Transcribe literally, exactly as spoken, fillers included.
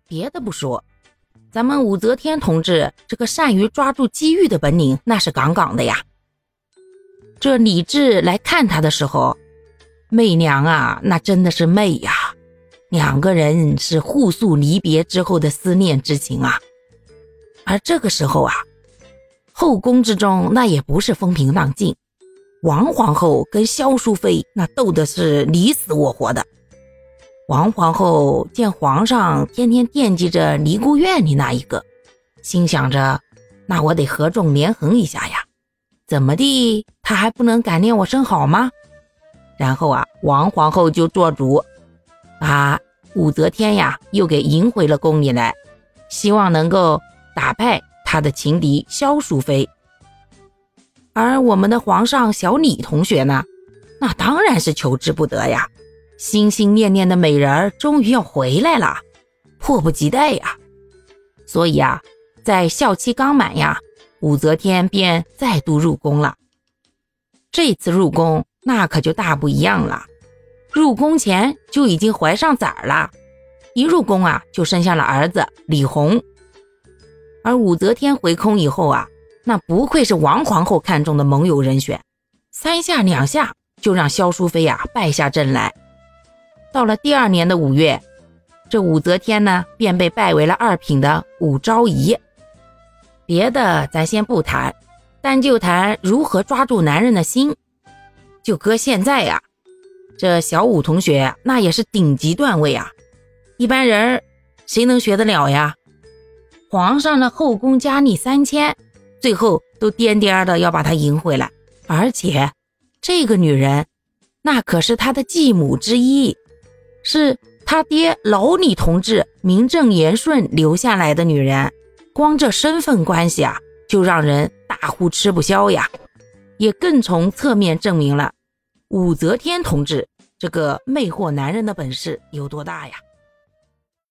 别的不说，咱们武则天同志这个善于抓住机遇的本领那是杠杠的呀。这李治来看他的时候，媚娘啊那真的是媚呀，两个人是互诉离别之后的思念之情啊。而这个时候啊，后宫之中那也不是风平浪静，王皇后跟萧淑妃那斗的是你死我活的。王皇后见皇上天天惦记着尼姑院里那一个，心想着那我得合纵连横一下呀，怎么地他还不能感念我生好吗？然后啊，王皇后就做主把武则天呀又给迎回了宫里来，希望能够打败他的情敌萧淑妃。而我们的皇上小李同学呢，那当然是求之不得呀，心心念念的美人儿终于要回来了，迫不及待呀。所以啊，在孝期刚满呀，武则天便再度入宫了。这次入宫那可就大不一样了，入宫前就已经怀上崽儿了，一入宫啊就生下了儿子李弘。而武则天回宫以后啊，那不愧是王皇后看中的盟友人选，三下两下就让萧淑妃啊败下阵来。到了第二年的五月，这武则天呢便被拜为了二品的武昭仪。别的咱先不谈，单就谈如何抓住男人的心。就搁现在呀，这小武同学那也是顶级段位啊，一般人谁能学得了呀？皇上的后宫佳丽三千，最后都颠颠的要把她迎回来，而且这个女人那可是她的继母之一，是他爹老李同志名正言顺留下来的女人，光这身份关系啊，就让人大呼吃不消呀，也更从侧面证明了武则天同志这个魅惑男人的本事有多大呀。